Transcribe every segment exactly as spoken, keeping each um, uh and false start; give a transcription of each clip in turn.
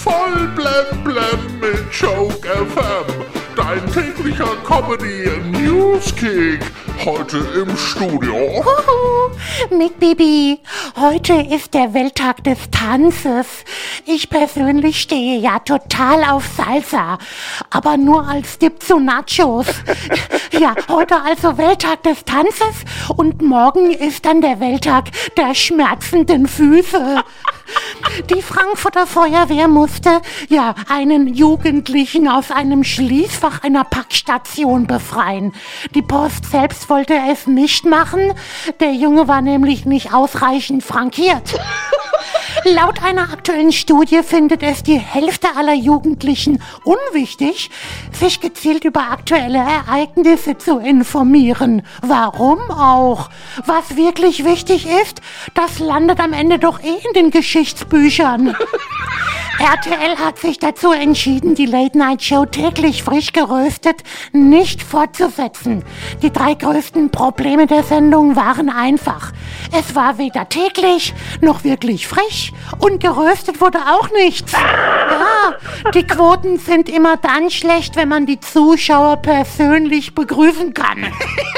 Voll blem blem mit Joke F M. Dein täglicher Comedy Newskick. Heute im Studio. Huhu, mit Bibi. Heute ist der Welttag des Tanzes. Ich persönlich stehe ja total auf Salsa, aber nur als Dip zu Nachos. Ja, heute also Welttag des Tanzes und morgen ist dann der Welttag der schmerzenden Füße. Die Frankfurter Feuerwehr musste ja einen Jugendlichen aus einem Schließfach einer Packstation befreien. Die Post selbst wollte es nicht machen. Der Junge war nämlich nicht ausreichend frankiert. Laut einer aktuellen Studie findet es die Hälfte aller Jugendlichen unwichtig, sich gezielt über aktuelle Ereignisse zu informieren. Warum auch? Was wirklich wichtig ist, das landet am Ende doch eh in den Geschichtsbüchern. R T L hat sich dazu entschieden, die Late-Night-Show täglich frisch geröstet nicht fortzusetzen. Die drei größten Probleme der Sendung waren einfach. Es war weder täglich noch wirklich frisch und geröstet wurde auch nichts. Ja, die Quoten sind immer dann schlecht, wenn man die Zuschauer persönlich begrüßen kann.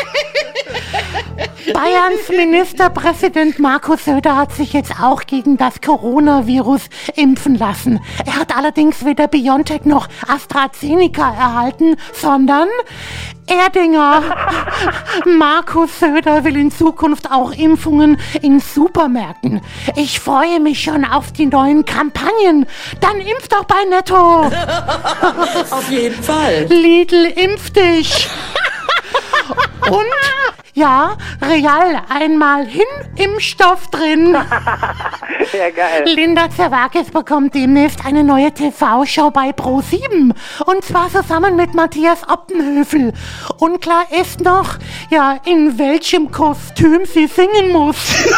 Bayerns Ministerpräsident Markus Söder hat sich jetzt auch gegen das Coronavirus impfen lassen. Er hat allerdings weder BioNTech noch AstraZeneca erhalten, sondern Erdinger. Markus Söder will in Zukunft auch Impfungen in Supermärkten. Ich freue mich schon auf die neuen Kampagnen. Dann impf doch bei Netto. Auf jeden Fall. Lidl, impf dich. Und ja, Real, einmal hin im Stoff drin. Ja, geil. Linda Zerwakis bekommt demnächst eine neue T V-Show bei Pro sieben. Und zwar zusammen mit Matthias Optenhöfel. Unklar ist noch, ja, in welchem Kostüm sie singen muss.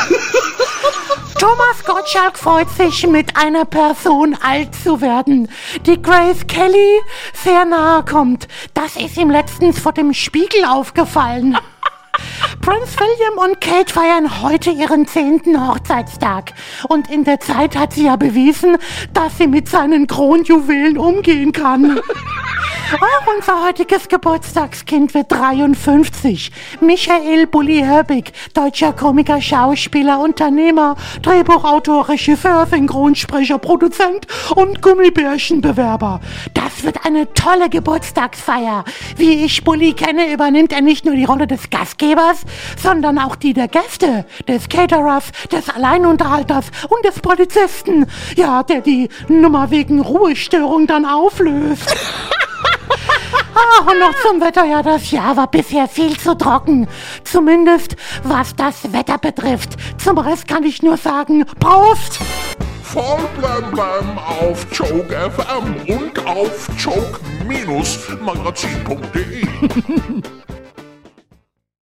Thomas Gottschalk freut sich, mit einer Person alt zu werden, die Grace Kelly sehr nahe kommt. Das ist ihm letztens vor dem Spiegel aufgefallen. Prinz William und Kate feiern heute ihren zehnten Hochzeitstag. Und in der Zeit hat sie ja bewiesen, dass sie mit seinen Kronjuwelen umgehen kann. Auch unser heutiges Geburtstagskind wird dreiundfünfzig. Michael Bulli-Herbig, deutscher Komiker, Schauspieler, Unternehmer, Drehbuchautor, Regisseur, Synchronsprecher, Produzent und Gummibärchenbewerber. Das wird eine tolle Geburtstagsfeier. Wie ich Bulli kenne, übernimmt er nicht nur die Rolle des Gastgebers, sondern auch die der Gäste, des Caterers, des Alleinunterhalters und des Polizisten. Ja, der die Nummer wegen Ruhestörung dann auflöst. Ah, und noch zum Wetter. Ja, das Jahr war bisher viel zu trocken. Zumindest was das Wetter betrifft. Zum Rest kann ich nur sagen, Prost! Voll blem blem auf Joke F M und auf joke Bindestrich magazin punkt de.